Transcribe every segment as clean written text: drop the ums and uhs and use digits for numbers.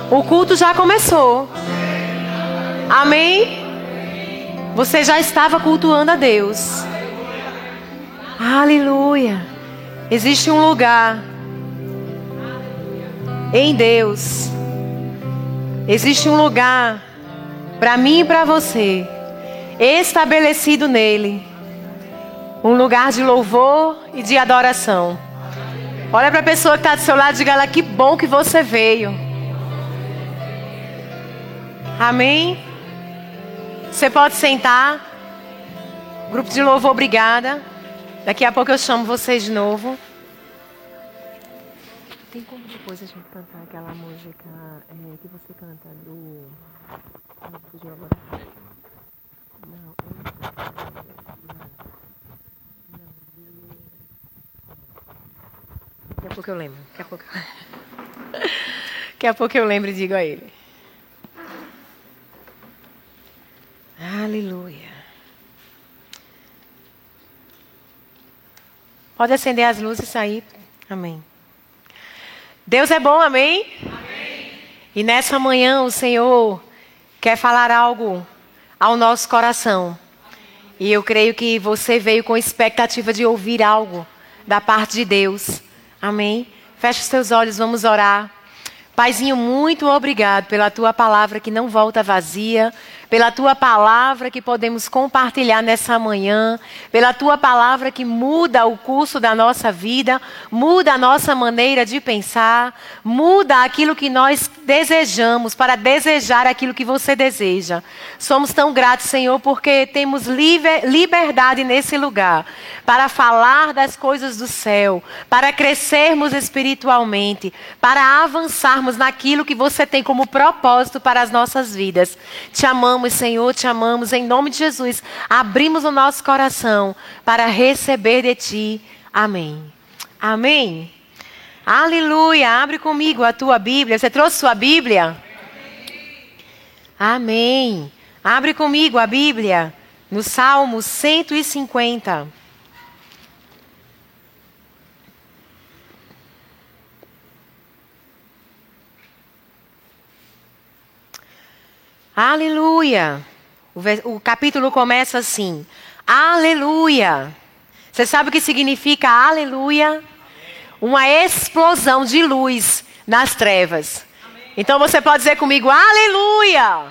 O culto já começou. Amém? Você já estava cultuando a Deus. Aleluia. Existe um lugar em Deus. Existe um lugar para mim e para você, estabelecido nele. Um lugar de louvor e de adoração. Olha para a pessoa que está do seu lado e diga a ela: que bom que você veio. Amém? Você pode sentar. Grupo de louvor, obrigada. Daqui a pouco eu chamo vocês de novo. Tem como depois a gente cantar aquela música que você canta do... Não. Daqui a pouco eu lembro. Daqui a pouco eu lembro e digo a ele. Aleluia. Pode acender as luzes e sair. Amém. Deus é bom, amém? Amém. E nessa manhã o Senhor quer falar algo ao nosso coração. E eu creio que você veio com expectativa de ouvir algo da parte de Deus. Amém? Feche os seus olhos, vamos orar. Paizinho, muito obrigado pela tua palavra que não volta vazia, pela tua palavra que podemos compartilhar nessa manhã, pela tua palavra que muda o curso da nossa vida, muda a nossa maneira de pensar, muda aquilo que nós desejamos para desejar aquilo que você deseja. Somos tão gratos, Senhor, porque temos liberdade nesse lugar para falar das coisas do céu, para crescermos espiritualmente, para avançarmos naquilo que você tem como propósito para as nossas vidas. Te amamos, Senhor, te amamos. Em nome de Jesus, abrimos o nosso coração para receber de Ti. Amém. Amém. Aleluia. Abre comigo a tua Bíblia. Você trouxe sua Bíblia? Amém. Abre comigo a Bíblia no Salmo 150. Aleluia. O capítulo começa assim. Aleluia. Você sabe o que significa aleluia? Uma explosão de luz nas trevas. Então você pode dizer comigo, aleluia.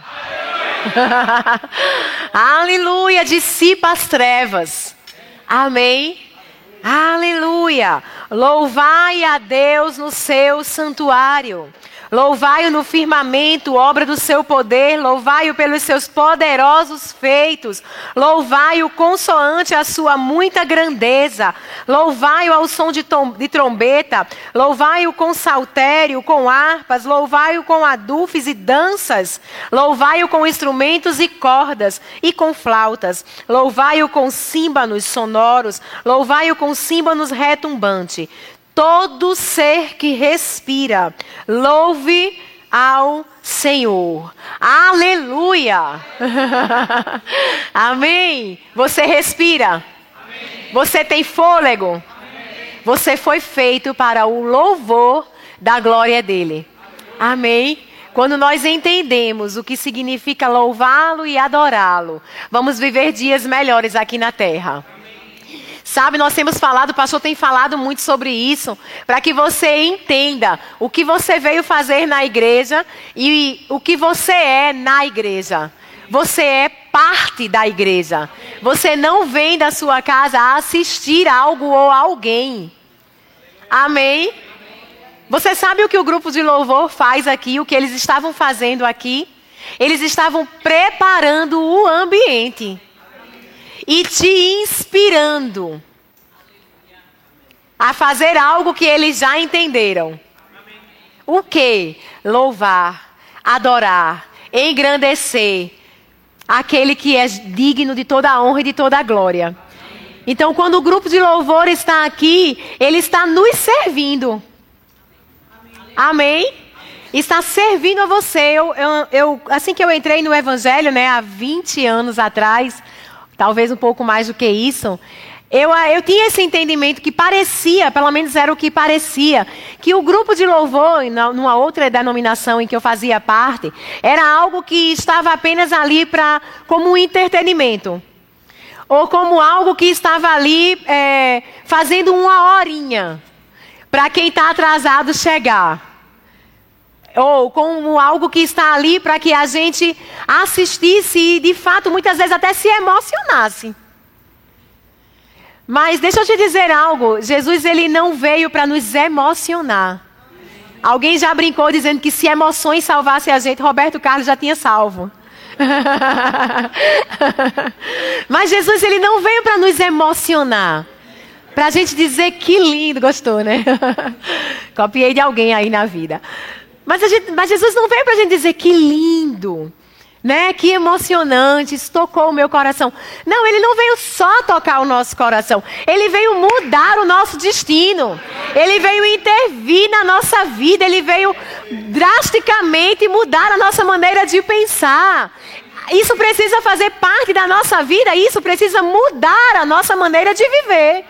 Aleluia, dissipa as trevas. Amém. Aleluia. Louvai a Deus no seu santuário. Louvai-o no firmamento, obra do seu poder. Louvai-o pelos seus poderosos feitos. Louvai-o consoante a sua muita grandeza. Louvai-o ao som de trombeta. Louvai-o com saltério, com harpas. Louvai-o com adufes e danças. Louvai-o com instrumentos e cordas e com flautas. Louvai-o com símbalos sonoros. Louvai-o com símbalos retumbantes. Todo ser que respira, louve ao Senhor. Aleluia. Amém. Você respira. Amém. Você tem fôlego. Amém. Você foi feito para o louvor da glória dele. Amém. Quando nós entendemos o que significa louvá-lo e adorá-lo, vamos viver dias melhores aqui na terra. Sabe, nós temos falado, o pastor tem falado muito sobre isso, para que você entenda o que você veio fazer na igreja e o que você é na igreja. Você é parte da igreja. Você não vem da sua casa assistir algo ou alguém. Amém? Você sabe o que o grupo de louvor faz aqui, o que eles estavam fazendo aqui? Eles estavam preparando o ambiente. E te inspirando a fazer algo que eles já entenderam. O quê? Louvar, adorar, engrandecer aquele que é digno de toda a honra e de toda a glória. Então, quando o grupo de louvor está aqui, ele está nos servindo. Amém? Está servindo a você. Assim que eu entrei no Evangelho, há 20 anos atrás, talvez um pouco mais do que isso, Eu tinha esse entendimento que parecia, pelo menos era o que parecia, que o grupo de louvor, numa outra denominação em que eu fazia parte, era algo que estava apenas ali como um entretenimento. Ou como algo que estava ali fazendo uma horinha para quem está atrasado chegar. Ou como algo que está ali para que a gente assistisse e, de fato, muitas vezes até se emocionasse. Mas deixa eu te dizer algo. Jesus, ele não veio para nos emocionar. Alguém já brincou dizendo que se emoções salvassem a gente, Roberto Carlos já tinha salvo. Mas Jesus, ele não veio para nos emocionar. Para a gente dizer que lindo. Gostou, né? Copiei de alguém aí na vida. Mas Jesus não veio para a gente dizer que lindo, né? Que emocionante, isso tocou o meu coração. Não, ele não veio só tocar o nosso coração. Ele veio mudar o nosso destino. Ele veio intervir na nossa vida. Ele veio drasticamente mudar a nossa maneira de pensar. Isso precisa fazer parte da nossa vida. Isso precisa mudar a nossa maneira de viver.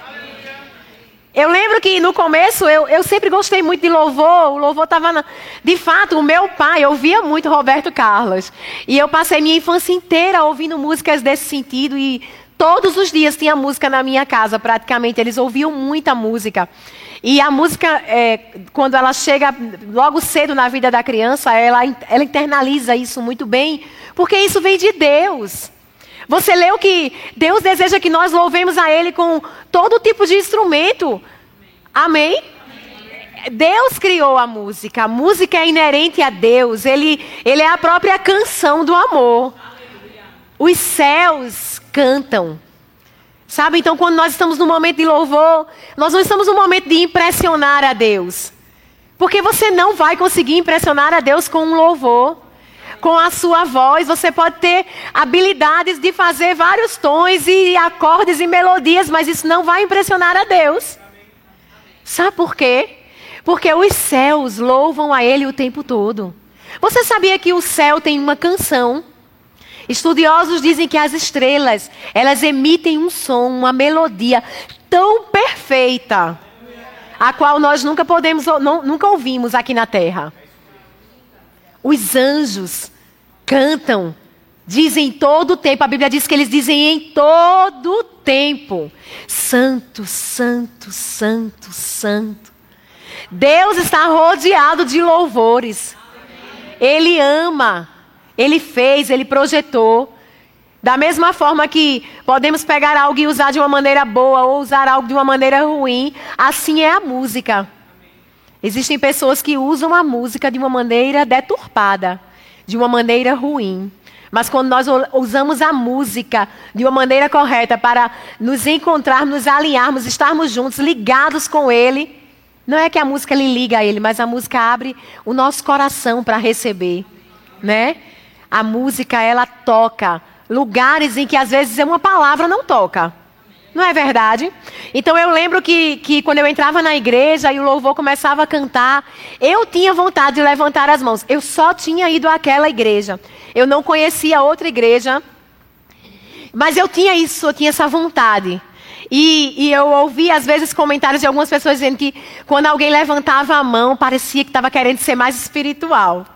Eu lembro que no começo eu sempre gostei muito de louvor. O louvor estava... De fato, o meu pai ouvia muito Roberto Carlos. E eu passei minha infância inteira ouvindo músicas desse sentido. E todos os dias tinha música na minha casa, praticamente. Eles ouviam muita música. E a música, quando ela chega logo cedo na vida da criança, ela internaliza isso muito bem. Porque isso vem de Deus. Você leu que Deus deseja que nós louvemos a Ele com todo tipo de instrumento. Amém? Deus criou a música. A música é inerente a Deus. Ele é a própria canção do amor. Os céus cantam. Sabe? Então, quando nós estamos no momento de louvor, nós não estamos no momento de impressionar a Deus. Porque você não vai conseguir impressionar a Deus com um louvor. Com a sua voz, você pode ter habilidades de fazer vários tons e acordes e melodias, mas isso não vai impressionar a Deus. Sabe por quê? Porque os céus louvam a Ele o tempo todo. Você sabia que o céu tem uma canção? Estudiosos dizem que as estrelas, elas emitem um som, uma melodia tão perfeita, a qual nós nunca ouvimos aqui na terra. Os anjos cantam, dizem todo o tempo. A Bíblia diz que eles dizem em todo o tempo: Santo, Santo, Santo, Santo. Deus está rodeado de louvores. Ele ama, Ele fez, Ele projetou. Da mesma forma que podemos pegar algo e usar de uma maneira boa ou usar algo de uma maneira ruim, assim é a música. Existem pessoas que usam a música de uma maneira deturpada, de uma maneira ruim. Mas quando nós usamos a música de uma maneira correta para nos encontrarmos, nos alinharmos, estarmos juntos, ligados com Ele, não é que a música lhe liga a Ele, mas a música abre o nosso coração para receber, né? A música, ela toca lugares em que às vezes uma palavra não toca. Não é verdade? Então eu lembro que quando eu entrava na igreja e o louvor começava a cantar, eu tinha vontade de levantar as mãos. Eu só tinha ido àquela igreja. Eu não conhecia outra igreja. Mas eu tinha essa vontade. E eu ouvi às vezes comentários de algumas pessoas dizendo que quando alguém levantava a mão, parecia que estava querendo ser mais espiritual.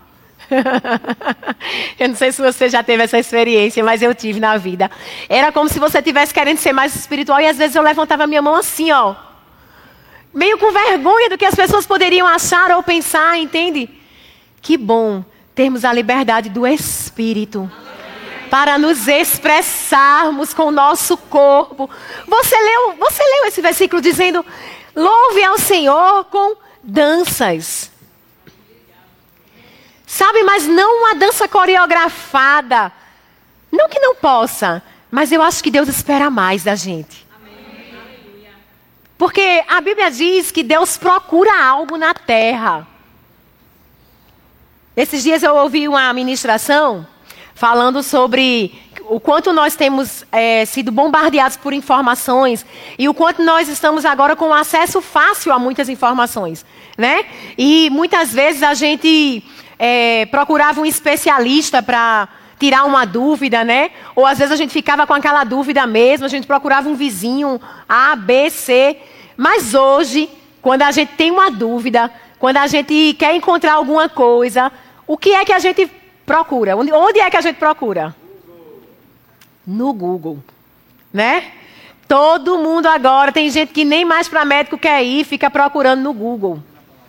Eu não sei se você já teve essa experiência, mas eu tive na vida. Era como se você estivesse querendo ser mais espiritual. E às vezes eu levantava a minha mão assim, ó, meio com vergonha do que as pessoas poderiam achar ou pensar, entende? Que bom termos a liberdade do Espírito para nos expressarmos com o nosso corpo. Você leu esse versículo dizendo: louve ao Senhor com danças. Sabe, mas não uma dança coreografada. Não que não possa, mas eu acho que Deus espera mais da gente. Porque a Bíblia diz que Deus procura algo na terra. Esses dias eu ouvi uma ministração falando sobre o quanto nós temos sido bombardeados por informações e o quanto nós estamos agora com acesso fácil a muitas informações, né? E muitas vezes a gente procurava um especialista para tirar uma dúvida, né? Ou às vezes a gente ficava com aquela dúvida mesmo, a gente procurava um vizinho, A, B, C. Mas hoje, quando a gente tem uma dúvida, quando a gente quer encontrar alguma coisa, o que é que a gente procura? Onde é que a gente procura? No Google, né? Todo mundo agora, tem gente que nem mais para médico quer ir, fica procurando no Google.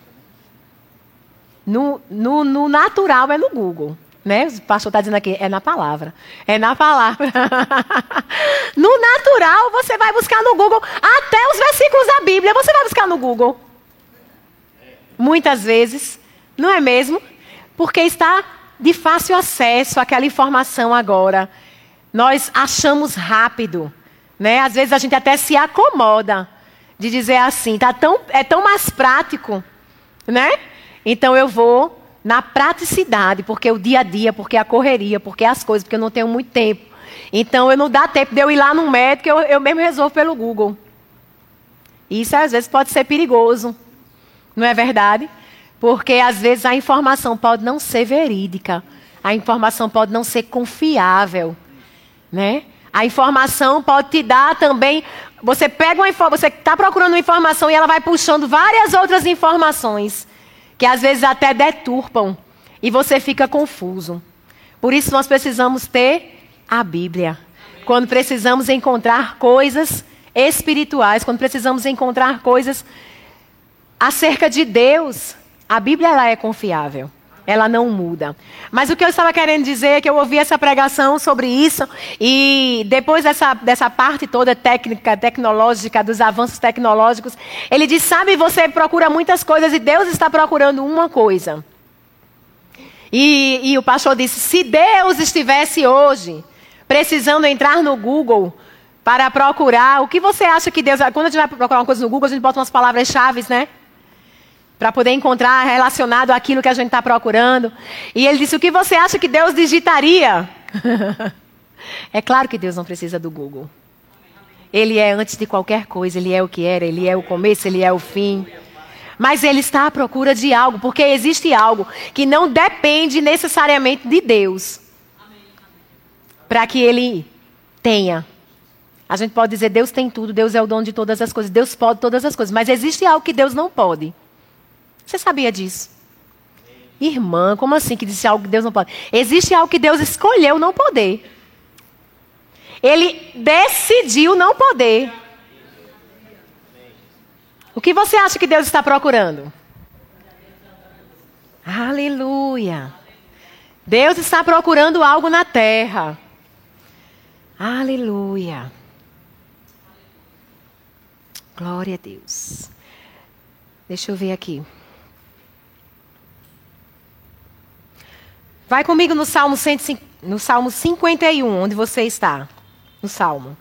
No natural é no Google. Né? O pastor está dizendo aqui, é na palavra. É na palavra. No natural, você vai buscar no Google. Até os versículos da Bíblia, você vai buscar no Google. Muitas vezes. Não é mesmo? Porque está de fácil acesso àquela informação agora. Nós achamos rápido. Né? Às vezes a gente até se acomoda de dizer assim, é tão mais prático. Né? Então eu vou na praticidade, porque o dia a dia, porque a correria, porque as coisas, porque eu não tenho muito tempo. Então, eu não dá tempo de eu ir lá no médico, eu mesmo resolvo pelo Google. Isso, às vezes, pode ser perigoso. Não é verdade? Porque, às vezes, a informação pode não ser verídica. A informação pode não ser confiável. Né? A informação pode te dar também... Você está procurando uma informação e ela vai puxando várias outras informações que às vezes até deturpam, e você fica confuso. Por isso nós precisamos ter a Bíblia. Quando precisamos encontrar coisas espirituais, quando precisamos encontrar coisas acerca de Deus, a Bíblia ela é confiável. Ela não muda. Mas o que eu estava querendo dizer é que eu ouvi essa pregação sobre isso e depois dessa parte toda técnica, tecnológica, dos avanços tecnológicos, ele disse, sabe, você procura muitas coisas e Deus está procurando uma coisa. E o pastor disse, se Deus estivesse hoje precisando entrar no Google para procurar, o que você acha que Deus... Quando a gente vai procurar uma coisa no Google, a gente bota umas palavras-chave, né? Para poder encontrar relacionado àquilo que a gente está procurando. E ele disse, o que você acha que Deus digitaria? É claro que Deus não precisa do Google. Ele é antes de qualquer coisa, Ele é o que era, Ele é o começo, Ele é o fim. Mas Ele está à procura de algo, porque existe algo que não depende necessariamente de Deus. Para que Ele tenha. A gente pode dizer, Deus tem tudo, Deus é o dono de todas as coisas, Deus pode todas as coisas. Mas existe algo que Deus não pode. Você sabia disso? Irmã, como assim que disse algo que Deus não pode? Existe algo que Deus escolheu não poder. Ele decidiu não poder. O que você acha que Deus está procurando? Aleluia. Deus está procurando algo na terra. Aleluia. Glória a Deus. Deixa eu ver aqui. Vai comigo no Salmo 51, onde você está. No Salmo.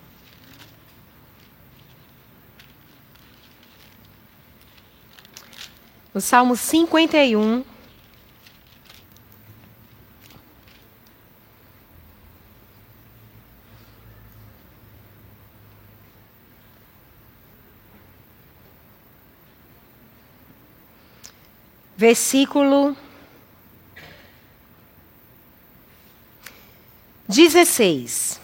No Salmo 51. Versículo 16.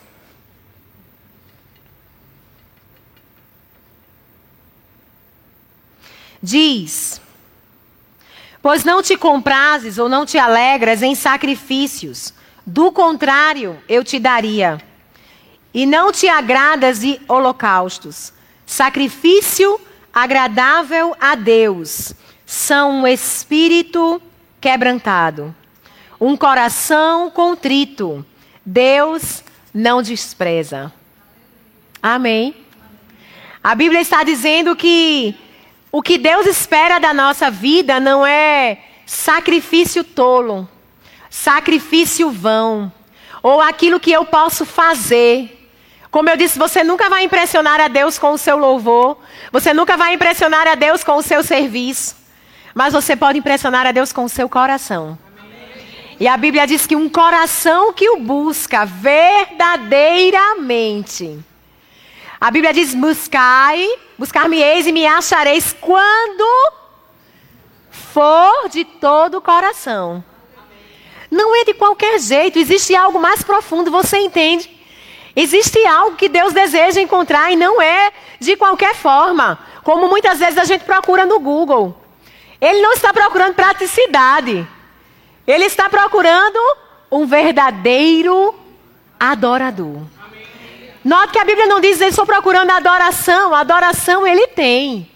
Diz: pois não te comprazes ou não te alegras em sacrifícios, do contrário eu te daria. E não te agradas de holocaustos, sacrifício agradável a Deus, são um espírito quebrantado, um coração contrito, Deus não despreza. Amém? A Bíblia está dizendo que o que Deus espera da nossa vida não é sacrifício tolo, sacrifício vão, ou aquilo que eu posso fazer. Como eu disse, você nunca vai impressionar a Deus com o seu louvor, você nunca vai impressionar a Deus com o seu serviço, mas você pode impressionar a Deus com o seu coração. E a Bíblia diz que um coração que o busca verdadeiramente. A Bíblia diz, buscar-me-eis e me achareis quando for de todo o coração. Não é de qualquer jeito. Existe algo mais profundo, você entende? Existe algo que Deus deseja encontrar e não é de qualquer forma. Como muitas vezes a gente procura no Google. Ele não está procurando praticidade. Ele está procurando um verdadeiro adorador. Note que a Bíblia não diz que estou procurando adoração. Adoração ele tem.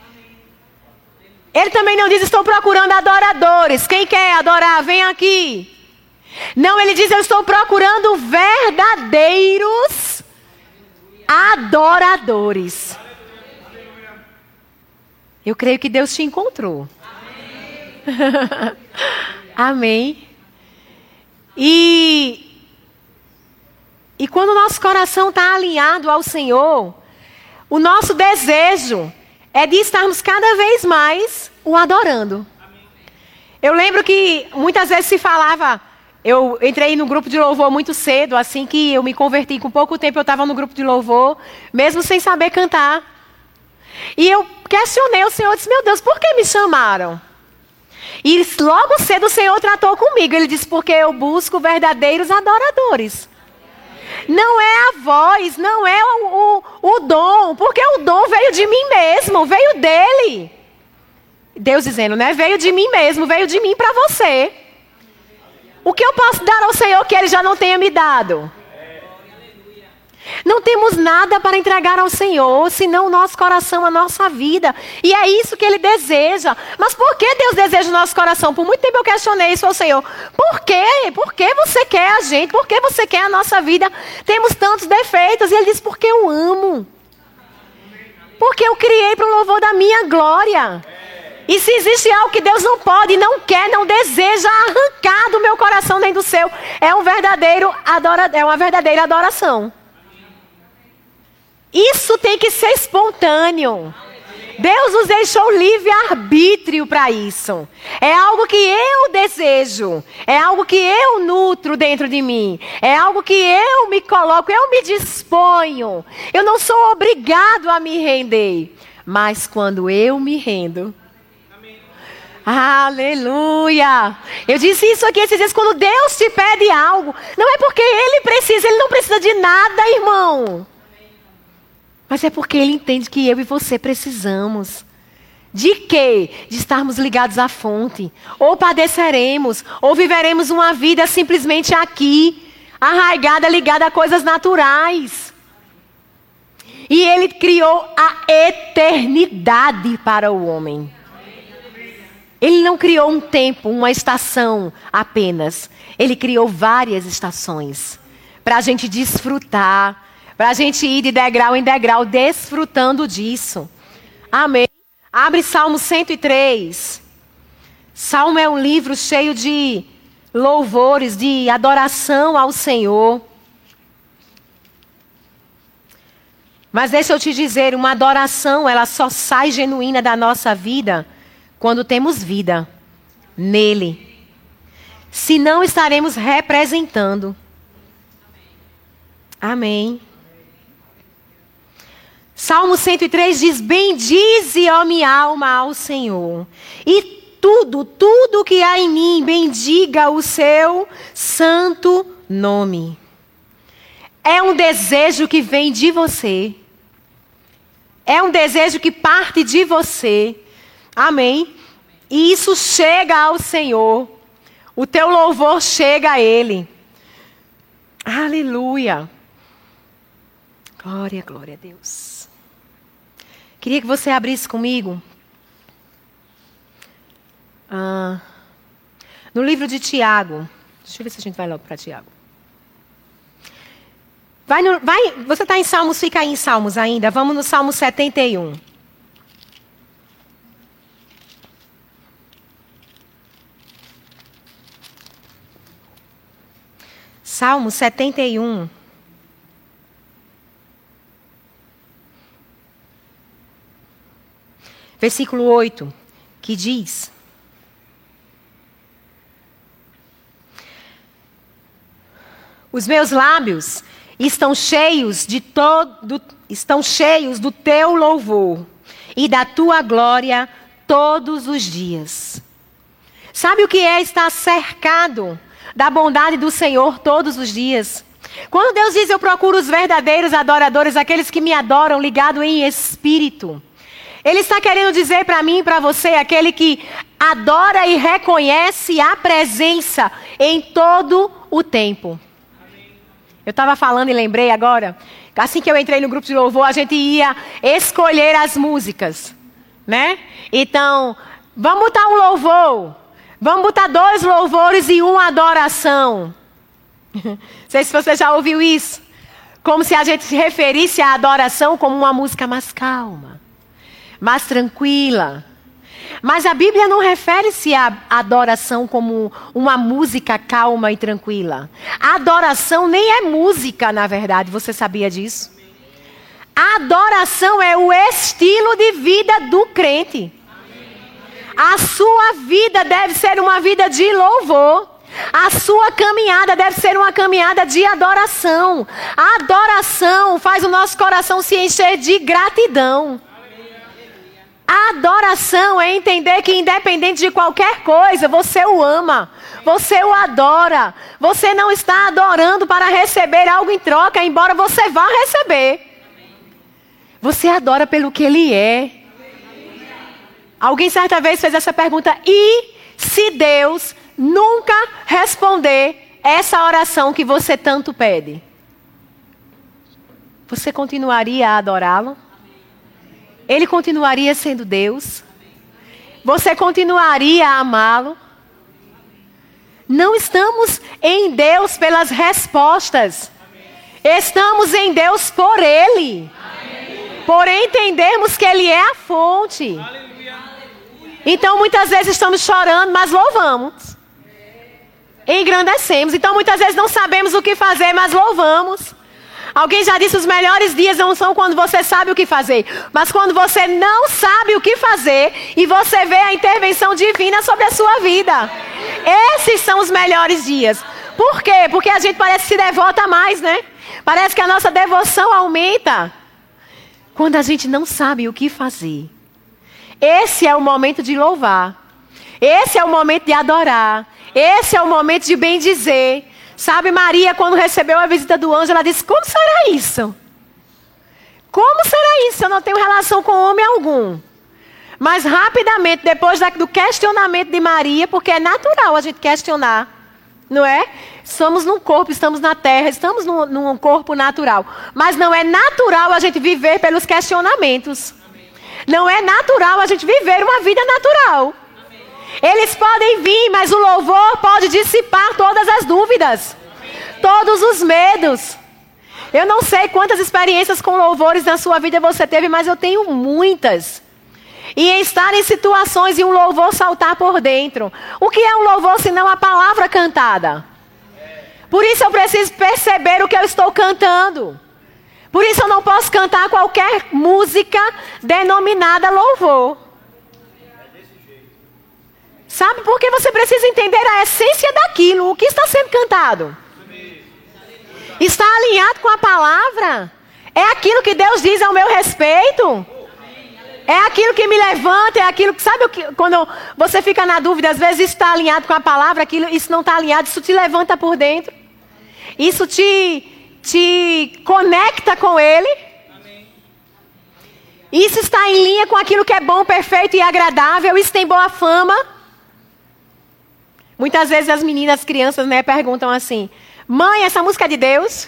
Ele também não diz estou procurando adoradores. Quem quer adorar, vem aqui. Não, ele diz eu estou procurando verdadeiros adoradores. Eu creio que Deus te encontrou. Amém. E quando o nosso coração está alinhado ao Senhor, o nosso desejo é de estarmos cada vez mais o adorando. Eu lembro que muitas vezes se falava, eu entrei no grupo de louvor muito cedo, assim que eu me converti, com pouco tempo eu estava no grupo de louvor, mesmo sem saber cantar. E eu questionei o Senhor, disse, meu Deus, por que me chamaram? E logo cedo o Senhor tratou comigo, ele disse, porque eu busco verdadeiros adoradores. Não é a voz, não é o dom, porque o dom veio de mim mesmo, veio dele. Deus dizendo, né? Veio de mim mesmo, veio de mim para você. O que eu posso dar ao Senhor que Ele já não tenha me dado? Não temos nada para entregar ao Senhor, senão o nosso coração, a nossa vida. E é isso que Ele deseja. Mas por que Deus deseja o nosso coração? Por muito tempo eu questionei isso ao Senhor. Por quê? Por que você quer a gente? Por que você quer a nossa vida? Temos tantos defeitos. E Ele diz, porque eu amo. Porque eu criei para o louvor da minha glória. E se existe algo que Deus não pode, não quer, não deseja arrancar do meu coração nem do seu, é uma verdadeira adoração. Isso tem que ser espontâneo. Deus nos deixou livre-arbítrio para isso. É algo que eu desejo. É algo que eu nutro dentro de mim. É algo que eu me coloco, eu me disponho. Eu não sou obrigado a me render. Mas quando eu me rendo... Aleluia! Eu disse isso aqui esses dias, quando Deus te pede algo, não é porque Ele precisa, Ele não precisa de nada, irmão. Mas é porque Ele entende que eu e você precisamos. De quê? De estarmos ligados à fonte. Ou padeceremos, ou viveremos uma vida simplesmente aqui, arraigada, ligada a coisas naturais. E Ele criou a eternidade para o homem. Ele não criou um tempo, uma estação apenas. Ele criou várias estações para a gente desfrutar. Para a gente ir de degrau em degrau, desfrutando disso. Amém? Abre Salmo 103. Salmo é um livro cheio de louvores, de adoração ao Senhor. Mas deixa eu te dizer, uma adoração, ela só sai genuína da nossa vida quando temos vida nele. Senão estaremos representando. Amém. Salmo 103 diz, bendize, ó minha alma, ao Senhor. E tudo que há em mim, bendiga o seu santo nome. É um desejo que vem de você. É um desejo que parte de você. Amém? E isso chega ao Senhor. O teu louvor chega a Ele. Aleluia. Glória, glória a Deus. Queria que você abrisse comigo. No livro de Tiago. Deixa eu ver se a gente vai logo para Tiago. Você está em Salmos, fica aí em Salmos ainda. Vamos no Salmo 71. Salmo 71. Versículo 8, que diz: os meus lábios estão cheios do teu louvor e da tua glória todos os dias. Sabe o que é estar cercado da bondade do Senhor todos os dias. Quando Deus diz, eu procuro os verdadeiros adoradores, aqueles que me adoram ligado em espírito, Ele está querendo dizer para mim e para você, aquele que adora e reconhece a presença em todo o tempo. Eu estava falando e lembrei agora, assim que eu entrei no grupo de louvor, a gente ia escolher as músicas, né? Então, vamos botar um louvor, vamos botar 2 louvores e uma adoração. Não sei se você já ouviu isso. Como se a gente se referisse à adoração como uma música mais calma, mais tranquila. Mas a Bíblia não refere-se à adoração como uma música calma e tranquila. A adoração nem é música, na verdade. Você sabia disso? A adoração é o estilo de vida do crente. A sua vida deve ser uma vida de louvor. A sua caminhada deve ser uma caminhada de adoração. A adoração faz o nosso coração se encher de gratidão. A adoração é entender que independente de qualquer coisa, você o ama, você o adora. Você não está adorando para receber algo em troca, embora você vá receber. Você adora pelo que Ele é. Alguém certa vez fez essa pergunta, e se Deus nunca responder essa oração que você tanto pede? Você continuaria a adorá-lo? Ele continuaria sendo Deus? Você continuaria a amá-lo? Não estamos em Deus pelas respostas. Estamos em Deus por Ele. Por entendermos que Ele é a fonte. Então muitas vezes estamos chorando, mas louvamos. Engrandecemos. Então muitas vezes não sabemos o que fazer, mas louvamos. Alguém já disse, os melhores dias não são quando você sabe o que fazer, mas quando você não sabe o que fazer e você vê a intervenção divina sobre a sua vida. Esses são os melhores dias. Por quê? Porque a gente parece que se devota mais, né? Parece que a nossa devoção aumenta quando a gente não sabe o que fazer. Esse é o momento de louvar. Esse é o momento de adorar. Esse é o momento de bendizer. Sabe, Maria, quando recebeu a visita do anjo, ela disse, como será isso? Como será isso? Eu não tenho relação com homem algum. Mas rapidamente, depois do questionamento de Maria, porque é natural a gente questionar, não é? Somos num corpo, estamos na terra, estamos num corpo natural. Mas não é natural a gente viver pelos questionamentos. Não é natural a gente viver uma vida natural. Eles podem vir, mas o louvor pode dissipar todas as dúvidas. Todos os medos. Eu não sei quantas experiências com louvores na sua vida você teve, mas eu tenho muitas. E em estar em situações e um louvor saltar por dentro. O que é um louvor senão a palavra cantada? Por isso eu preciso perceber o que eu estou cantando. Por isso eu não posso cantar qualquer música denominada louvor. Sabe? Porque você precisa entender a essência daquilo. O que está sendo cantado? Está alinhado com a palavra? É aquilo que Deus diz ao meu respeito? É aquilo que me levanta? É aquilo que... Sabe quando você fica na dúvida, às vezes está alinhado com a palavra, isso não está alinhado, isso te levanta por dentro. Isso te conecta com Ele. Isso está em linha com aquilo que é bom, perfeito e agradável. Isso tem boa fama. Muitas vezes as meninas, as crianças, né, perguntam assim, mãe, essa música é de Deus?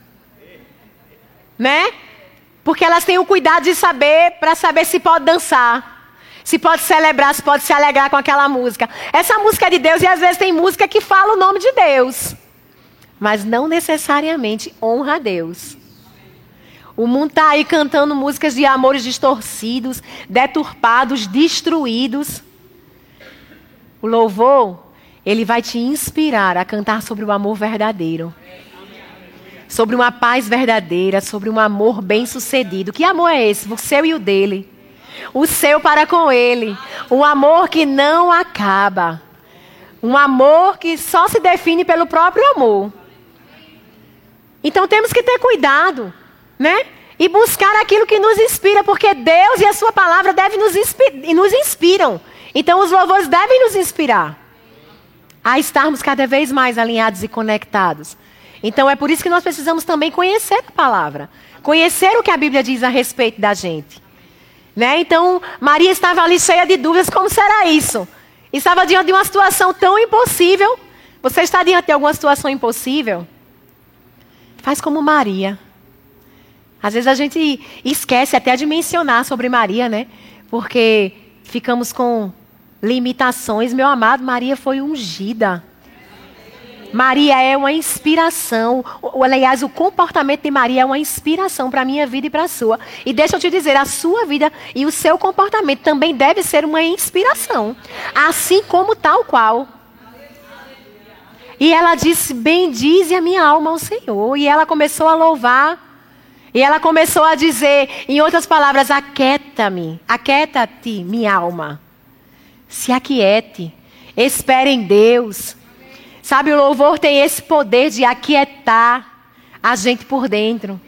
Né? Porque elas têm o cuidado de saber, para saber se pode dançar, se pode celebrar, se pode se alegrar com aquela música. Essa música é de Deus e às vezes tem música que fala o nome de Deus, mas não necessariamente honra a Deus. O mundo está aí cantando músicas de amores distorcidos, deturpados, destruídos. O louvor... Ele vai te inspirar a cantar sobre o amor verdadeiro. Sobre uma paz verdadeira, sobre um amor bem-sucedido. Que amor é esse? O seu e o dele. O seu para com ele. Um amor que não acaba. Um amor que só se define pelo próprio amor. Então temos que ter cuidado, né? E buscar aquilo que nos inspira, porque Deus e a sua palavra devem nos inspiram. Então os louvores devem nos inspirar a estarmos cada vez mais alinhados e conectados. Então é por isso que nós precisamos também conhecer a palavra. Conhecer o que a Bíblia diz a respeito da gente. Né? Então, Maria estava ali cheia de dúvidas, como será isso? Estava diante de uma situação tão impossível. Você está diante de alguma situação impossível? Faz como Maria. Às vezes a gente esquece até de mencionar sobre Maria, né? Porque ficamos com limitações. Meu amado, Maria foi ungida. Maria é uma inspiração. Aliás, o comportamento de Maria é uma inspiração para a minha vida e para a sua. E deixa eu te dizer, a sua vida e o seu comportamento também deve ser uma inspiração. Assim como tal qual. E ela disse, bendize a minha alma ao Senhor. E ela começou a louvar. E ela começou a dizer, em outras palavras, aquieta-me. Aquieta-te, minha alma. Se aquiete. Espere em Deus. Sabe, o louvor tem esse poder de aquietar a gente por dentro.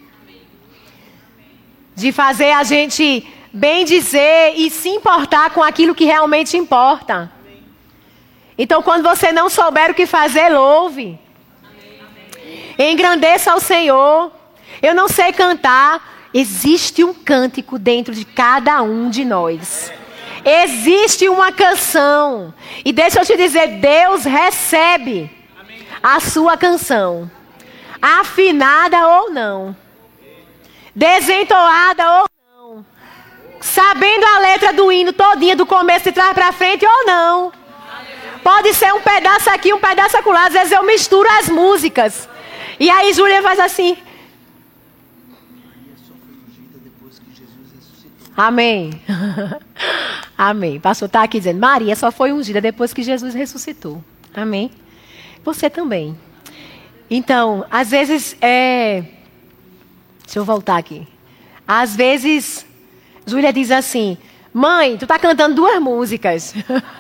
De fazer a gente bem dizer e se importar com aquilo que realmente importa. Então, quando você não souber o que fazer, louve. Engrandeça ao Senhor. Eu não sei cantar. Existe um cântico dentro de cada um de nós. Existe uma canção. E deixa eu te dizer, Deus recebe a sua canção. Afinada ou não. Desentoada ou não. Sabendo a letra do hino todinha, do começo de trás para frente ou não. Pode ser um pedaço aqui, um pedaço acolá. Às vezes eu misturo as músicas. E aí Júlia faz assim. Amém. Amém. O pastor está aqui dizendo, Maria só foi ungida depois que Jesus ressuscitou. Amém. Você também. Então, às vezes, deixa eu voltar aqui. Às vezes, Júlia diz assim, mãe, tu está cantando 2 músicas.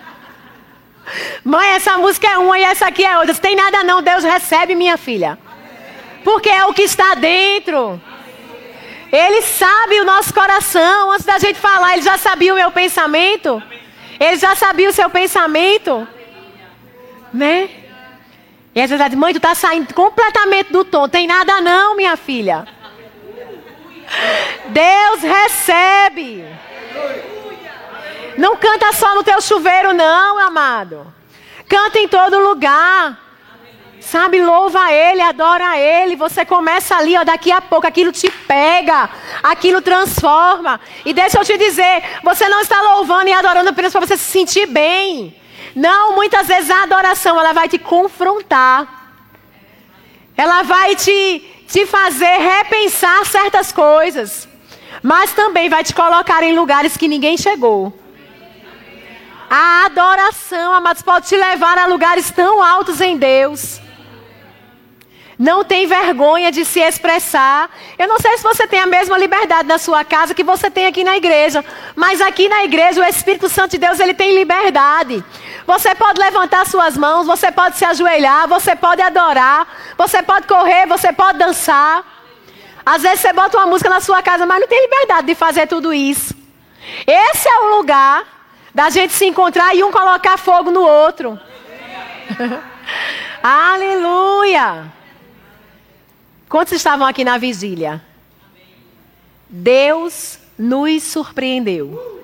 Mãe, essa música é uma e essa aqui é outra. Não tem nada não, Deus recebe, minha filha. Porque é o que está dentro. Ele sabe o nosso coração. Antes da gente falar, Ele já sabia o meu pensamento. Ele já sabia o seu pensamento. Né? E às vezes ela diz, mãe, tu está saindo completamente do tom. Tem nada não, minha filha. Deus recebe. Não canta só no teu chuveiro não, amado. Canta em todo lugar. Sabe, louva a Ele, adora a Ele. Você começa ali, ó, daqui a pouco aquilo te pega, aquilo transforma. E deixa eu te dizer, você não está louvando e adorando apenas para você se sentir bem. Não, muitas vezes a adoração, ela vai te confrontar. Ela vai te fazer repensar certas coisas. Mas também vai te colocar em lugares que ninguém chegou. A adoração, amados, pode te levar a lugares tão altos em Deus. Não tem vergonha de se expressar. Eu não sei se você tem a mesma liberdade na sua casa que você tem aqui na igreja. Mas aqui na igreja o Espírito Santo de Deus, ele tem liberdade. Você pode levantar suas mãos, você pode se ajoelhar, você pode adorar, você pode correr, você pode dançar. Às vezes você bota uma música na sua casa, mas não tem liberdade de fazer tudo isso. Esse é o lugar da gente se encontrar e um colocar fogo no outro. Aleluia! Quantos estavam aqui na vigília? Deus nos surpreendeu.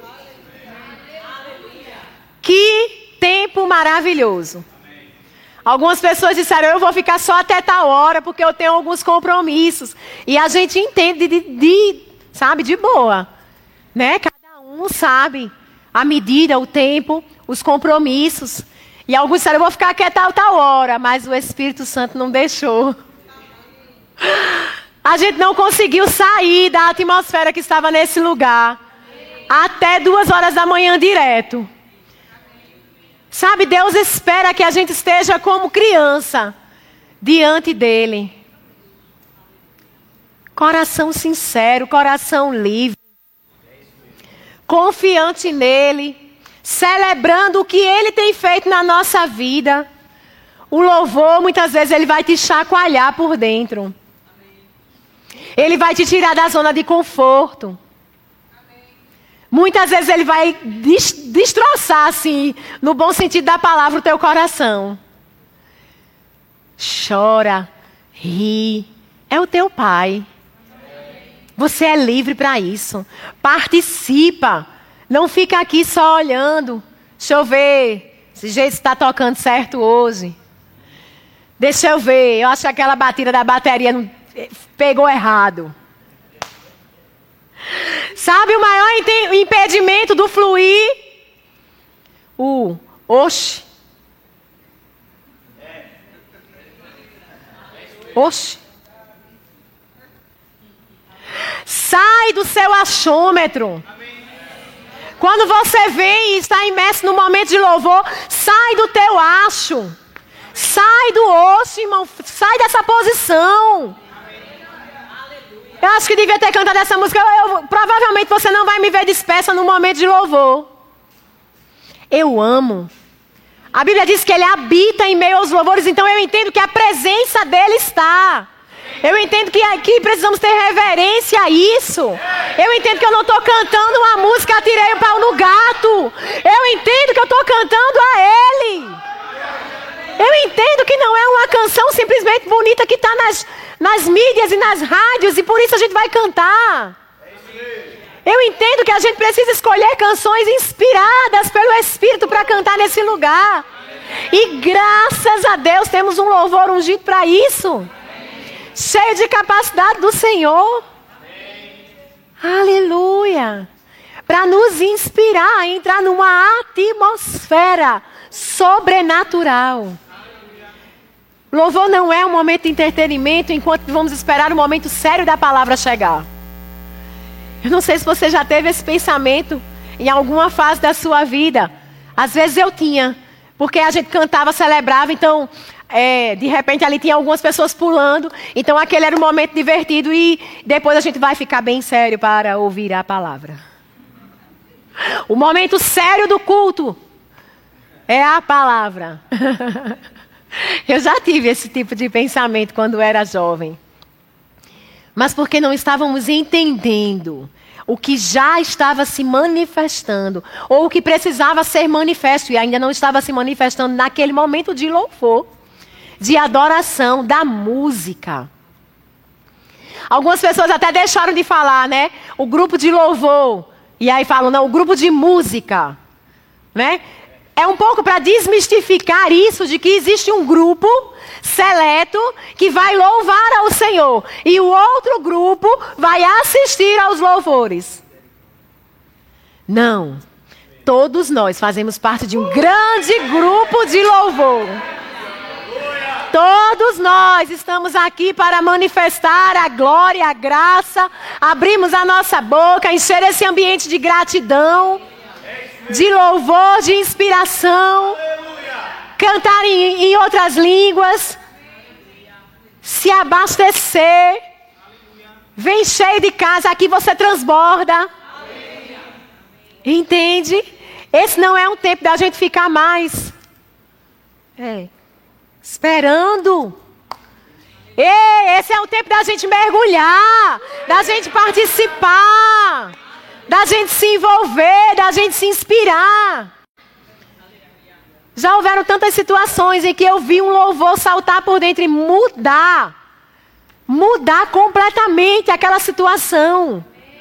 Que tempo maravilhoso. Algumas pessoas disseram, eu vou ficar só até tal hora, porque eu tenho alguns compromissos. E a gente entende sabe, de boa. Né? Cada um sabe a medida, o tempo, os compromissos. E alguns disseram, eu vou ficar aqui até tal hora, mas o Espírito Santo não deixou. A gente não conseguiu sair da atmosfera que estava nesse lugar. Até 2 horas da manhã direto. Sabe, Deus espera que a gente esteja como criança diante dEle. Coração sincero, coração livre. Confiante nele. Celebrando o que Ele tem feito na nossa vida. O louvor, muitas vezes, ele vai te chacoalhar por dentro. Ele vai te tirar da zona de conforto. Muitas vezes ele vai destroçar, assim, no bom sentido da palavra, o teu coração. chora, ri. É o teu Pai. Você é livre para isso. Participa. Não fica aqui só olhando. Deixa eu ver. Esse jeito está tocando certo hoje. Deixa eu ver. Eu acho que aquela batida da bateria não pegou errado. Sabe o maior impedimento do fluir? O oxe. Oxe. Sai do seu achômetro. Quando você vem e está imerso no momento de louvor, sai do teu acho. Sai do osso, irmão. Sai dessa posição. Eu acho que devia ter cantado essa música. Provavelmente você não vai me ver dispersa no momento de louvor. Eu amo. A Bíblia diz que Ele habita em meio aos louvores. Então eu entendo que a presença dEle está. Eu entendo que aqui precisamos ter reverência a isso. Eu entendo que eu não estou cantando uma música, atirei o pau no gato. Eu entendo que eu estou cantando a Ele. Eu entendo que não é uma canção simplesmente bonita que está nas mídias e nas rádios e por isso a gente vai cantar. Eu entendo que a gente precisa escolher canções inspiradas pelo Espírito para cantar nesse lugar. E graças a Deus temos um louvor ungido para isso. Cheio de capacidade do Senhor. Aleluia. Para nos inspirar a entrar numa atmosfera sobrenatural. Louvor não é um momento de entretenimento enquanto vamos esperar o momento sério da palavra chegar. Eu não sei se você já teve esse pensamento em alguma fase da sua vida. Às vezes eu tinha, porque a gente cantava, celebrava, então de repente ali tinha algumas pessoas pulando, então aquele era um momento divertido e depois a gente vai ficar bem sério para ouvir a palavra. O momento sério do culto é a palavra. Eu já tive esse tipo de pensamento quando era jovem. Mas porque não estávamos entendendo o que já estava se manifestando, ou o que precisava ser manifesto e ainda não estava se manifestando naquele momento de louvor, de adoração, da música. Algumas pessoas até deixaram de falar, né? O grupo de louvor. E aí falam, não, o grupo de música. Né? É um pouco para desmistificar isso de que existe um grupo seleto que vai louvar ao Senhor. E o outro grupo vai assistir aos louvores. Não. Todos nós fazemos parte de um grande grupo de louvor. Todos nós estamos aqui para manifestar a glória, a graça, abrimos a nossa boca, encher esse ambiente de gratidão, de louvor, de inspiração, cantar em outras línguas, se abastecer, vem cheio de casa, aqui você transborda. Entende? Esse não é um tempo da gente ficar mais esperando. Esse é o tempo da gente mergulhar, da gente participar, da gente se envolver, da gente se inspirar. Já houveram tantas situações em que eu vi um louvor saltar por dentro e mudar completamente aquela situação.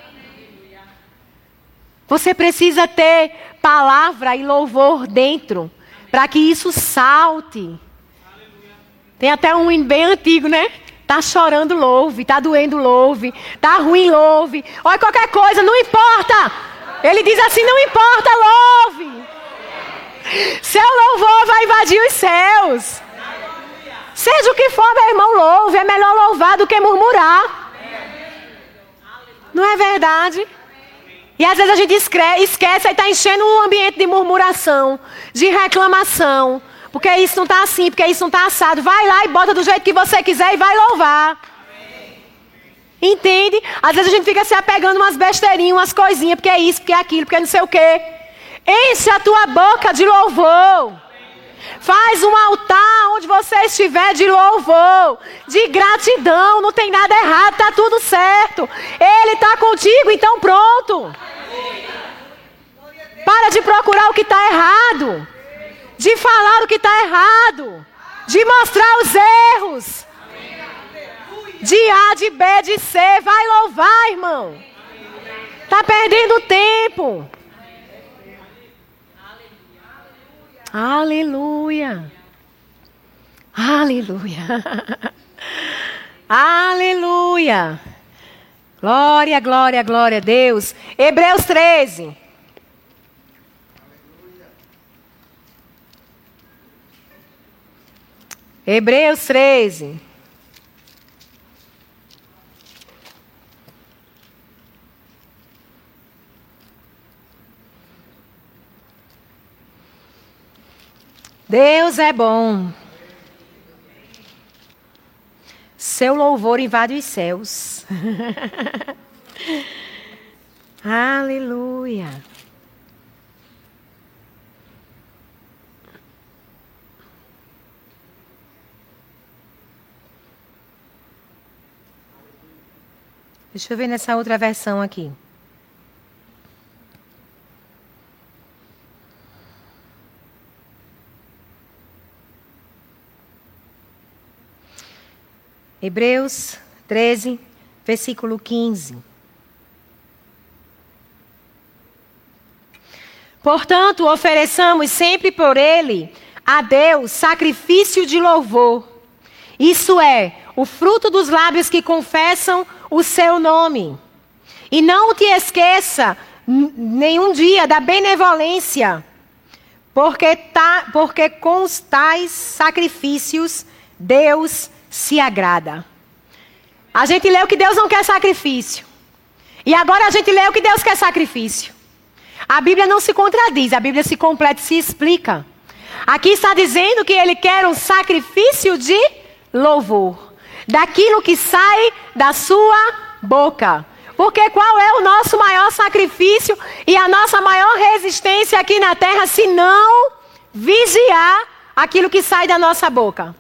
Você precisa ter palavra e louvor dentro para que isso salte. Tem até um hino bem antigo, né? Tá chorando, louve. Tá doendo, louve. Tá ruim, louve. Olha, qualquer coisa, não importa. Ele diz assim, não importa, louve. Seu louvor vai invadir os céus. Seja o que for, meu irmão, louve. É melhor louvar do que murmurar. Não é verdade? E às vezes a gente esquece e está enchendo o ambiente de murmuração, de reclamação. Porque isso não está assim, porque isso não está assado. Vai lá e bota do jeito que você quiser e vai louvar. Entende? Às vezes a gente fica se apegando umas besteirinhas, umas coisinhas, porque é isso, porque é aquilo, porque não sei o quê. Enche a tua boca de louvor. Faz um altar onde você estiver de louvor, de gratidão. Não tem nada errado, está tudo certo. Ele está contigo, então pronto. Para de procurar o que está errado. De falar o que está errado. de mostrar os erros, de A, de B, de C. Vai louvar, irmão. Está perdendo tempo. Aleluia. Aleluia. Aleluia. Glória, glória, glória a Deus. Hebreus 13. Hebreus 13. Deus é bom. Seu louvor invade os céus. Aleluia. Deixa eu ver nessa outra versão aqui. Hebreus 13, versículo 15. Portanto, ofereçamos sempre por ele a Deus sacrifício de louvor. Isso é, o fruto dos lábios que confessam o seu nome. E não te esqueça nenhum dia da benevolência, porque com os tais sacrifícios Deus se agrada. A gente leu que Deus não quer sacrifício. E agora a gente leu que Deus quer sacrifício. A Bíblia não se contradiz, a Bíblia se completa e se explica. Aqui está dizendo que ele quer um sacrifício de louvor. Daquilo que sai da sua boca. Porque qual é o nosso maior sacrifício e a nossa maior resistência aqui na terra, se não vigiar aquilo que sai da nossa boca?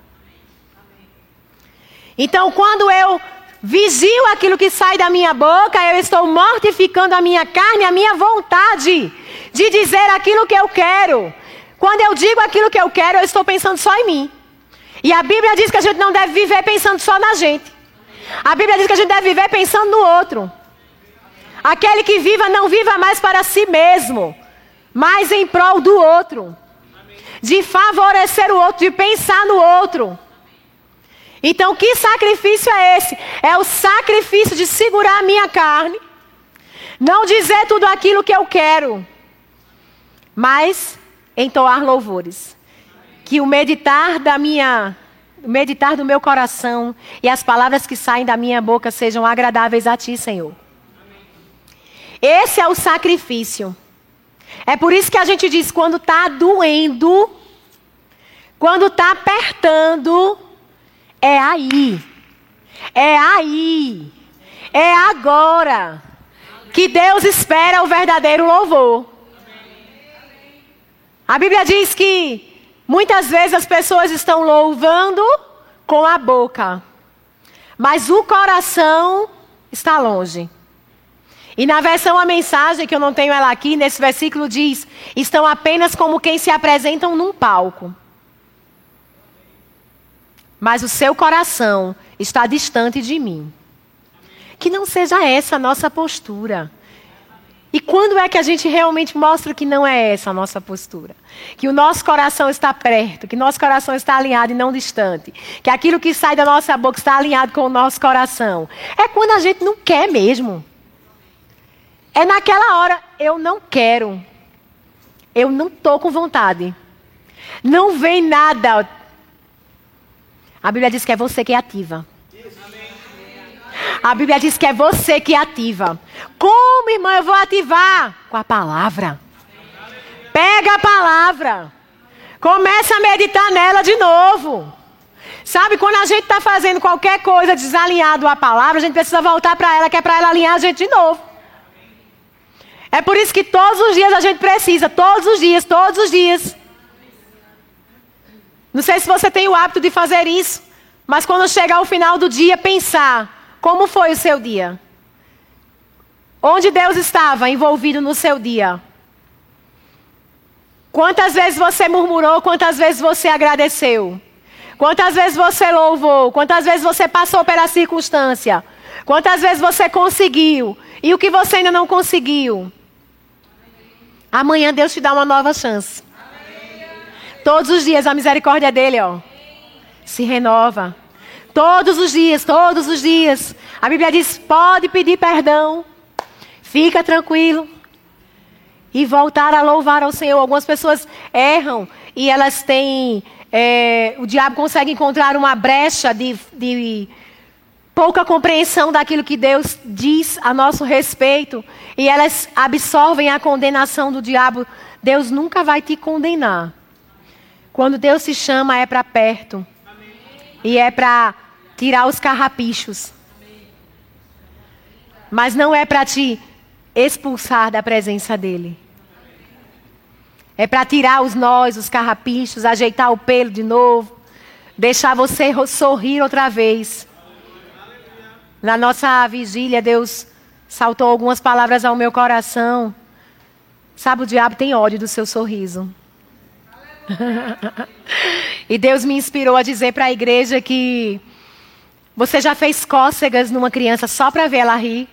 Então, quando eu vigio aquilo que sai da minha boca, eu estou mortificando a minha carne, a minha vontade de dizer aquilo que eu quero. Quando eu digo aquilo que eu quero, eu estou pensando só em mim. E a Bíblia diz que a gente não deve viver pensando só na gente. A Bíblia diz que a gente deve viver pensando no outro. Aquele que viva, não viva mais para si mesmo, mas em prol do outro. De favorecer o outro, de pensar no outro. Então, que sacrifício é esse? É o sacrifício de segurar a minha carne, não dizer tudo aquilo que eu quero, mas entoar louvores. Que o meditar do meu coração e as palavras que saem da minha boca sejam agradáveis a Ti, Senhor. Esse é o sacrifício. É por isso que a gente diz, quando está doendo, quando está apertando, é aí, é agora que Deus espera o verdadeiro louvor. A Bíblia diz que muitas vezes as pessoas estão louvando com a boca, mas o coração está longe. E na versão a mensagem, que eu não tenho ela aqui, nesse versículo diz, estão apenas como quem se apresentam num palco. Mas o seu coração está distante de mim. Que não seja essa a nossa postura. E quando é que a gente realmente mostra que não é essa a nossa postura? Que o nosso coração está perto, que nosso coração está alinhado e não distante. Que aquilo que sai da nossa boca está alinhado com o nosso coração. É quando a gente não quer mesmo. É naquela hora, eu não quero. Eu não estou com vontade. Não vem nada. A Bíblia diz que é você que ativa. A Bíblia diz que é você que ativa. Como, irmã, eu vou ativar? Com a palavra. Pega a palavra. Começa a meditar nela de novo. Sabe, quando a gente está fazendo qualquer coisa desalinhado à palavra, a gente precisa voltar para ela, que é para ela alinhar a gente de novo. É por isso que todos os dias a gente precisa, todos os dias. Não sei se você tem o hábito de fazer isso, mas quando chegar ao final do dia, pensar, como foi o seu dia? Onde Deus estava envolvido no seu dia? Quantas vezes você murmurou, quantas vezes você agradeceu? Quantas vezes você louvou? Quantas vezes você passou pela circunstância? Quantas vezes você conseguiu? E o que você ainda não conseguiu? Amanhã Deus te dá uma nova chance. Todos os dias a misericórdia dele, se renova. Todos os dias, todos os dias. A Bíblia diz, pode pedir perdão. Fica tranquilo. E voltar a louvar ao Senhor. Algumas pessoas erram e elas têm... o diabo consegue encontrar uma brecha de pouca compreensão daquilo que Deus diz a nosso respeito. E elas absorvem a condenação do diabo. Deus nunca vai te condenar. Quando Deus te chama é para perto. E é para tirar os carrapichos. Mas não é para te expulsar da presença dele. É para tirar os nós, os carrapichos, ajeitar o pelo de novo. Deixar você sorrir outra vez. Na nossa vigília, Deus saltou algumas palavras ao meu coração. Sabe, o diabo tem ódio do seu sorriso. E Deus me inspirou a dizer para a igreja que você já fez cócegas numa criança só para ver ela rir?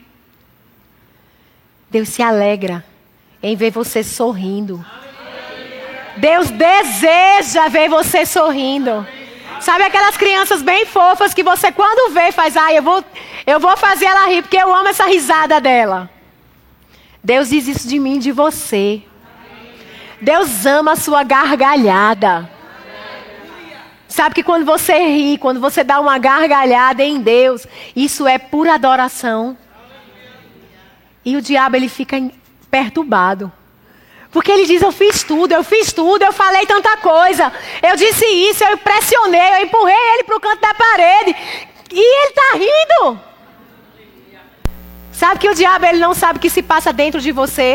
Deus se alegra em ver você sorrindo. Deus deseja ver você sorrindo. Sabe aquelas crianças bem fofas que você quando vê faz, eu vou fazer ela rir porque eu amo essa risada dela. Deus diz isso de mim e de você. Deus ama a sua gargalhada. Sabe que quando você ri, quando você dá uma gargalhada em Deus, isso é pura adoração. E o diabo ele fica perturbado. Porque ele diz, eu fiz tudo, eu falei tanta coisa. Eu disse isso, eu pressionei, eu empurrei ele para o canto da parede. E ele está rindo. Sabe que o diabo ele não sabe o que se passa dentro de você?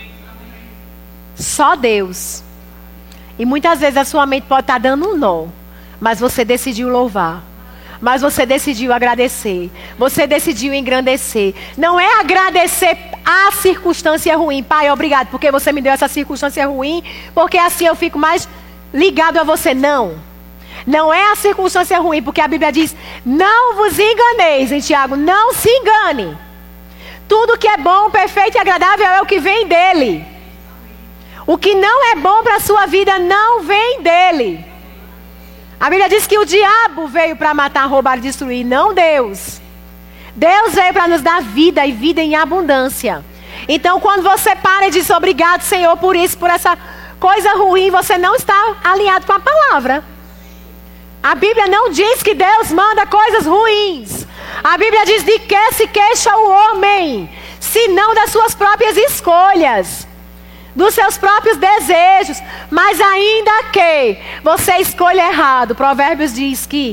Só Deus. E muitas vezes a sua mente pode estar dando um nó. Mas você decidiu louvar. Mas você decidiu agradecer. Você decidiu engrandecer. Não é agradecer a circunstância ruim. Pai, obrigado porque você me deu essa circunstância ruim. Porque assim eu fico mais ligado a você. Não. Não é a circunstância ruim. Porque a Bíblia diz, não vos enganeis, em Tiago. Não se engane. Tudo que é bom, perfeito e agradável é o que vem dele. O que não é bom para a sua vida não vem dele. A Bíblia diz que o diabo veio para matar, roubar e destruir, não Deus. Deus veio para nos dar vida e vida em abundância. Então quando você para e diz obrigado Senhor por isso, por essa coisa ruim, você não está alinhado com a palavra. A Bíblia não diz que Deus manda coisas ruins. A Bíblia diz de que se queixa o homem, senão das suas próprias escolhas. Dos seus próprios desejos, mas ainda que você escolha errado. Provérbios diz que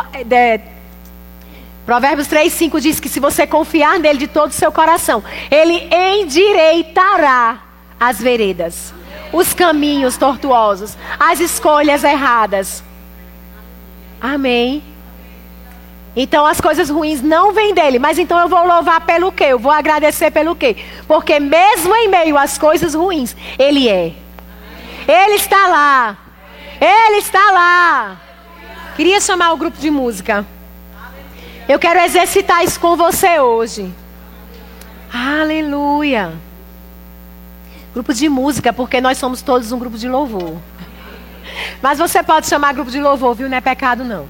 Provérbios 3:5 diz que se você confiar nele de todo o seu coração, ele endireitará as veredas, os caminhos tortuosos, as escolhas erradas. Amém. Então as coisas ruins não vêm dele. Mas então eu vou louvar pelo quê? Eu vou agradecer pelo quê? Porque mesmo em meio às coisas ruins, ele é. Ele está lá. Ele está lá. Queria chamar o grupo de música. Eu quero exercitar isso com você hoje. Aleluia. Grupo de música, porque nós somos todos um grupo de louvor. Mas você pode chamar grupo de louvor, viu? Não é pecado não.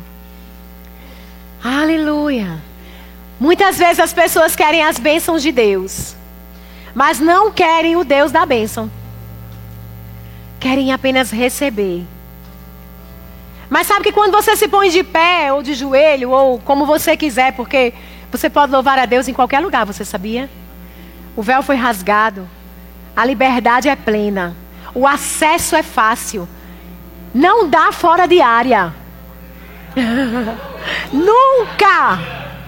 Aleluia. Muitas vezes as pessoas querem as bênçãos de Deus, mas não querem o Deus da bênção. Querem apenas receber. Mas sabe que quando você se põe de pé ou de joelho, ou como você quiser, porque você pode louvar a Deus em qualquer lugar, você sabia? O véu foi rasgado. A liberdade é plena. O acesso é fácil. Não dá fora de área. Nunca.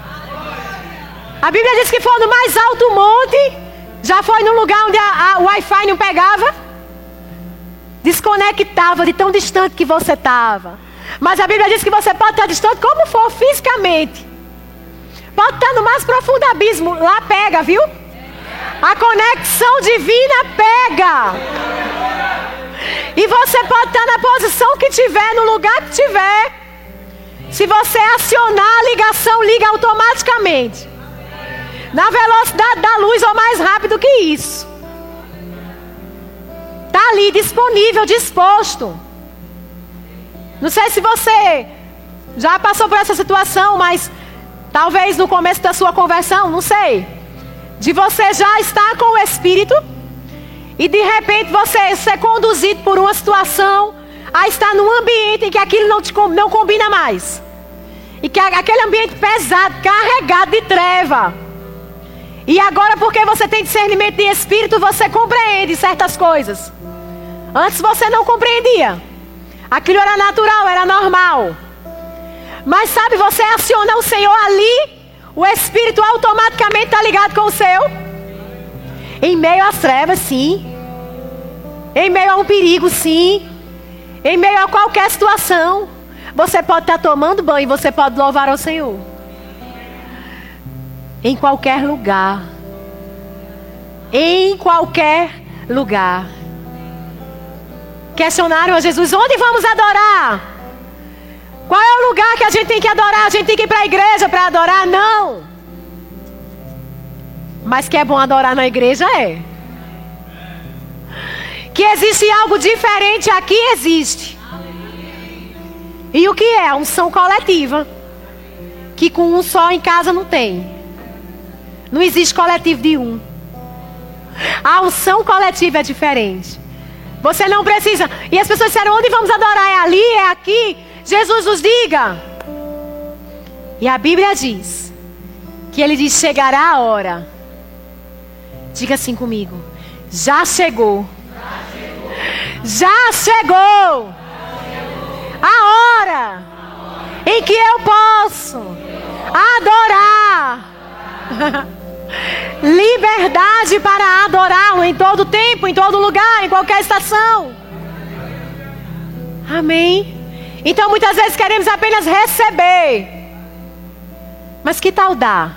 A Bíblia diz que foi no mais alto monte. Já foi num lugar onde o Wi-Fi não pegava? Desconectava de tão distante que você estava. Mas a Bíblia diz que você pode estar distante como for fisicamente. Pode estar no mais profundo abismo. Lá pega, viu? A conexão divina pega. E você pode estar na posição que tiver, no lugar que tiver. Se você acionar a ligação, liga automaticamente. Na velocidade da luz ou mais rápido que isso. Está ali, disponível, disposto. Não sei se você já passou por essa situação, mas talvez no começo da sua conversão, não sei. De você já estar com o Espírito e de repente você ser conduzido por uma situação a estar num ambiente em que aquilo não combina mais. E que aquele ambiente pesado, carregado de treva. E agora, porque você tem discernimento de espírito, você compreende certas coisas. Antes você não compreendia. Aquilo era natural, era normal. Mas sabe, você aciona o Senhor ali, o Espírito automaticamente está ligado com o seu. Em meio às trevas, sim. Em meio a um perigo, sim. Em meio a qualquer situação, você pode estar tomando banho e você pode louvar ao Senhor. Em qualquer lugar. Em qualquer lugar. Questionaram a Jesus: onde vamos adorar? Qual é o lugar que a gente tem que adorar? A gente tem que ir para a igreja para adorar? Não. Mas que é bom adorar na igreja, é. Que existe algo diferente aqui, existe. E o que é? A unção coletiva. Que com um só em casa não tem. Não existe coletivo de um. A unção coletiva é diferente. Você não precisa. E as pessoas disseram: onde vamos adorar? É ali? É aqui? Jesus nos diga. E a Bíblia diz que Ele diz: chegará a hora. Diga assim comigo: já chegou. Já chegou a hora em que eu posso adorar. Liberdade para adorá-lo em todo tempo, em todo lugar, em qualquer estação. Amém. Então muitas vezes queremos apenas receber. Mas que tal dar?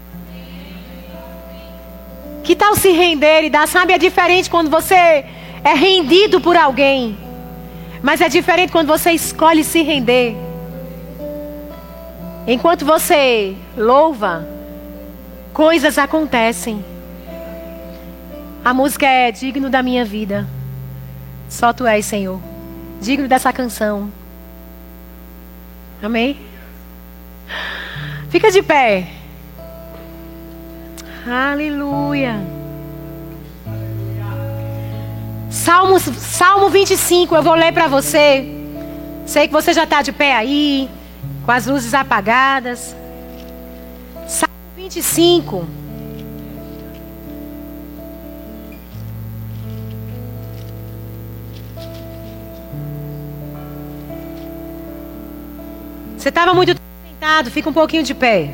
Que tal se render e dar? Sabe, é diferente quando você é rendido por alguém. Mas é diferente quando você escolhe se render. Enquanto você louva, coisas acontecem. A música é digno da minha vida. Só Tu és, Senhor. Digno dessa canção. Amém? Fica de pé. Aleluia. Salmo 25, eu vou ler para você. Sei que você já está de pé aí, com as luzes apagadas. Salmo 25. Você estava muito tempo sentado, fica um pouquinho de pé.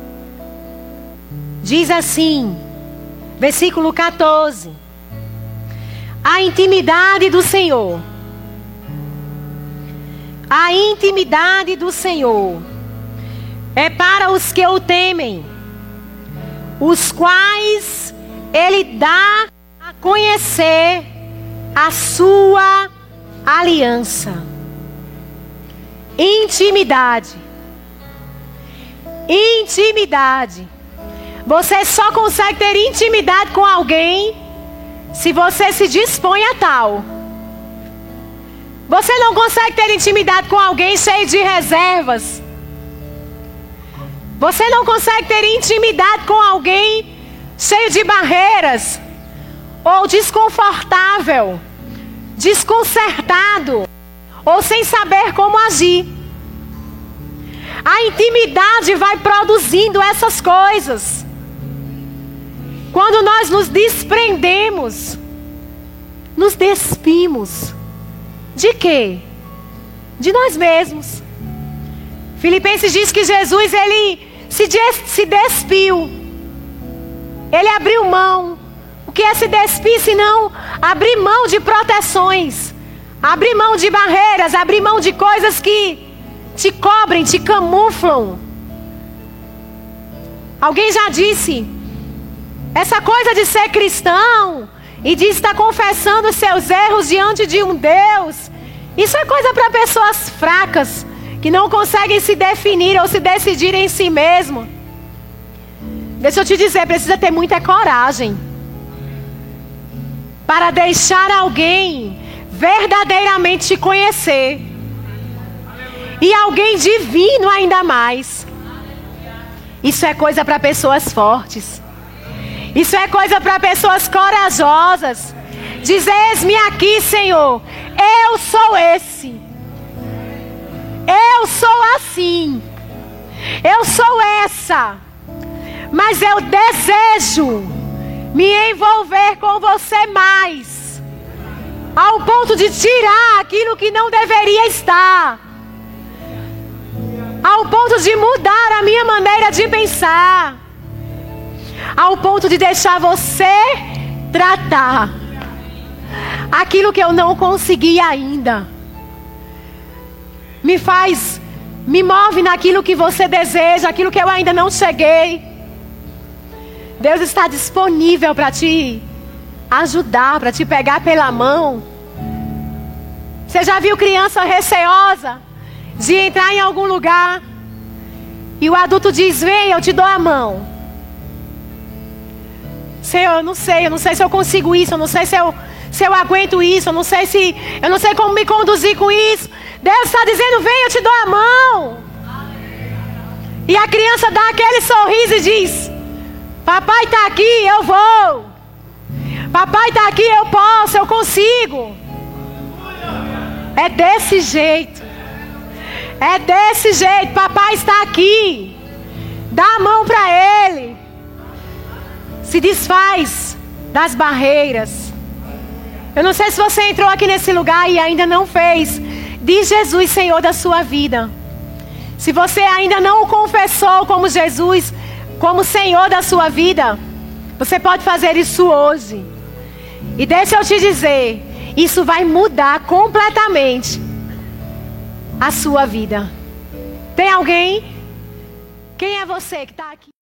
Diz assim, versículo 14. A intimidade do Senhor. A intimidade do Senhor é para os que o temem, os quais Ele dá a conhecer a sua aliança. Intimidade. Intimidade. Você só consegue ter intimidade com alguém se você se dispõe a tal. Você não consegue ter intimidade com alguém cheio de reservas. Você não consegue ter intimidade com alguém cheio de barreiras, ou desconfortável, desconcertado, ou sem saber como agir. A intimidade vai produzindo essas coisas. Quando nós nos desprendemos, nos despimos. De quê? De nós mesmos. Filipenses diz que Jesus, ele se despiu. Ele abriu mão. O que é se despir, senão abrir mão de proteções, abrir mão de barreiras, abrir mão de coisas que te cobrem, te camuflam. Alguém já disse, essa coisa de ser cristão e de estar confessando os seus erros diante de um Deus, isso é coisa para pessoas fracas, que não conseguem se definir ou se decidir em si mesmo. Deixa eu te dizer, precisa ter muita coragem para deixar alguém verdadeiramente te conhecer. E alguém divino ainda mais. Isso é coisa para pessoas fortes. Isso é coisa para pessoas corajosas. Diz: eis-me aqui, Senhor. Eu sou esse. Eu sou assim. Eu sou essa. Mas eu desejo me envolver com você mais. Ao ponto de tirar aquilo que não deveria estar. Ao ponto de mudar a minha maneira de pensar. Ao ponto de deixar você tratar aquilo que eu não consegui ainda. Me move naquilo que você deseja, aquilo que eu ainda não cheguei. Deus está disponível para te ajudar, para te pegar pela mão. Você já viu criança receosa de entrar em algum lugar e o adulto diz: vem, eu te dou a mão. Senhor, eu não sei se eu consigo isso, eu não sei se eu aguento isso, eu não sei como me conduzir com isso. Deus está dizendo: vem, eu te dou a mão. E a criança dá aquele sorriso e diz: papai está aqui, eu vou. Papai está aqui, eu posso, eu consigo. É desse jeito. É desse jeito. Papai está aqui. Dá a mão para ele. Se desfaz das barreiras. Eu não sei se você entrou aqui nesse lugar e ainda não fez de Jesus Senhor da sua vida. Se você ainda não o confessou como Jesus, como Senhor da sua vida, você pode fazer isso hoje. E deixa eu te dizer, isso vai mudar completamente a sua vida. Tem alguém? Quem é você que está aqui?